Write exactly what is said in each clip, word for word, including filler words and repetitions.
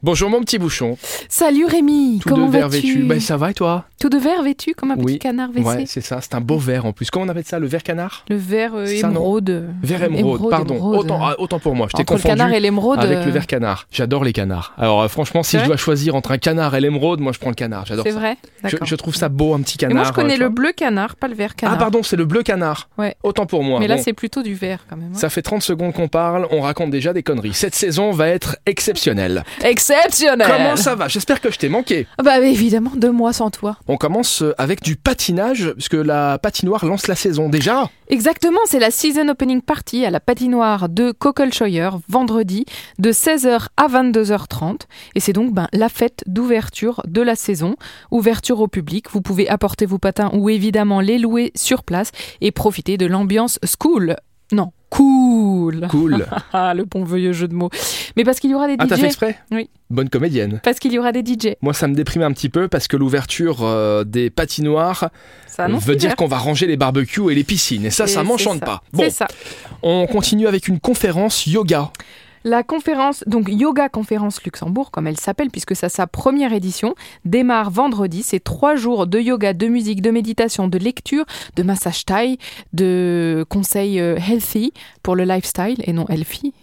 Bonjour mon petit bouchon. Salut Rémi, Tout comment de vert vas-tu? vêtu. Ben, ça va et toi? Tout de vert vêtu comme un Oui. petit canard W C. Ouais, c'est ça, c'est un beau vert en plus. Comment on appelle ça, le vert canard? Le vert euh, Ça, non. émeraude. Vert émeraude, pardon. émeraude. Autant, ah, autant pour moi, je t'ai Entre le confondu canard et l'émeraude. avec euh, le vert canard. J'adore les canards. Alors euh, franchement, si C'est je vrai dois choisir entre un canard et l'émeraude, moi je prends le canard. J'adore C'est ça. vrai? Je, D'accord. je trouve ça beau, un petit Et canard. moi je connais euh, tu le vois. bleu canard, pas le vert canard. Ah pardon, c'est le bleu canard. Ouais. Autant pour moi. Mais là Bon, c'est plutôt du vert quand même. hein. ça fait trente secondes qu'on parle, on raconte déjà des conneries. Cette saison va être exceptionnelle. Exceptionnel. Comment ça va? J'espère que je t'ai manqué. Ah Bah évidemment, deux mois sans toi. On commence avec du patinage, puisque la patinoire lance la saison déjà. Exactement, c'est la season opening party à la patinoire de Cockleshire vendredi de seize heures à vingt-deux heures trente. Et c'est donc ben, la fête d'ouverture de la saison. Ouverture au public, vous pouvez apporter vos patins ou évidemment les louer sur place et profiter de l'ambiance school. Non, cool. Cool. Ah, le bon vieux jeu de mots. Mais parce qu'il y aura des Ah, t'as fait D J. exprès? Oui. Bonne comédienne. Parce qu'il y aura des D J. Moi, ça me déprime un petit peu parce que l'ouverture euh, des patinoires Ça annonce veut dire l'hiver. qu'on va ranger les barbecues et les piscines. Et ça, Et ça c'est m'enchante ça. pas. Bon, C'est ça. on continue avec une conférence yoga. La conférence, donc Yoga Conférence Luxembourg, comme elle s'appelle, puisque c'est sa première édition, démarre vendredi. C'est trois jours de yoga, de musique, de méditation, de lecture, de massage Thai, de conseils euh, healthy pour le lifestyle et non healthy,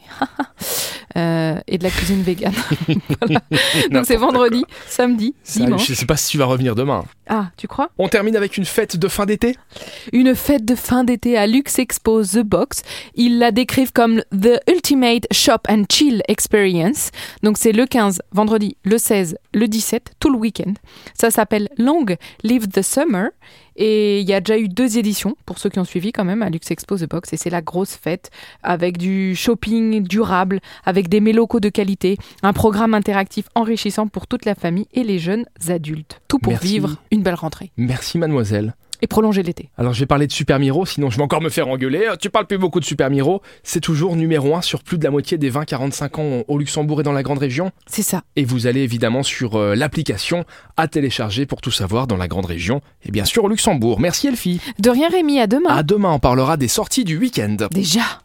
euh, et de la cuisine végane. Voilà. Donc c'est vendredi, samedi, Ça, dimanche. je sais pas si tu vas revenir demain. Ah, tu crois? On termine avec une fête de fin d'été. Une fête de fin d'été à Lux Expo The Box. Ils la décrivent comme The Ultimate Shop and Chill Experience. Donc c'est le quinze, vendredi, le seize, le dix-sept, tout le week-end. Ça s'appelle Long Live the Summer. Et il y a déjà eu deux éditions, pour ceux qui ont suivi quand même, à Lux Expo The Box. Et c'est la grosse fête avec du shopping durable, avec des mets locaux de qualité, un programme interactif enrichissant pour toute la famille et les jeunes adultes. Tout pour Merci. vivre une belle rentrée Merci mademoiselle. et prolonger l'été. Alors je vais parler de Super Miro, sinon je vais encore me faire engueuler. Euh, Tu parles plus beaucoup de Super Miro. C'est toujours numéro un sur plus de la moitié des vingt à quarante-cinq ans au Luxembourg et dans la grande région. C'est ça. Et vous allez évidemment sur euh, l'application à télécharger pour tout savoir dans la grande région et bien sûr au Luxembourg. Merci Elfie. De rien Rémi, à demain. À demain, on parlera des sorties du week-end. Déjà.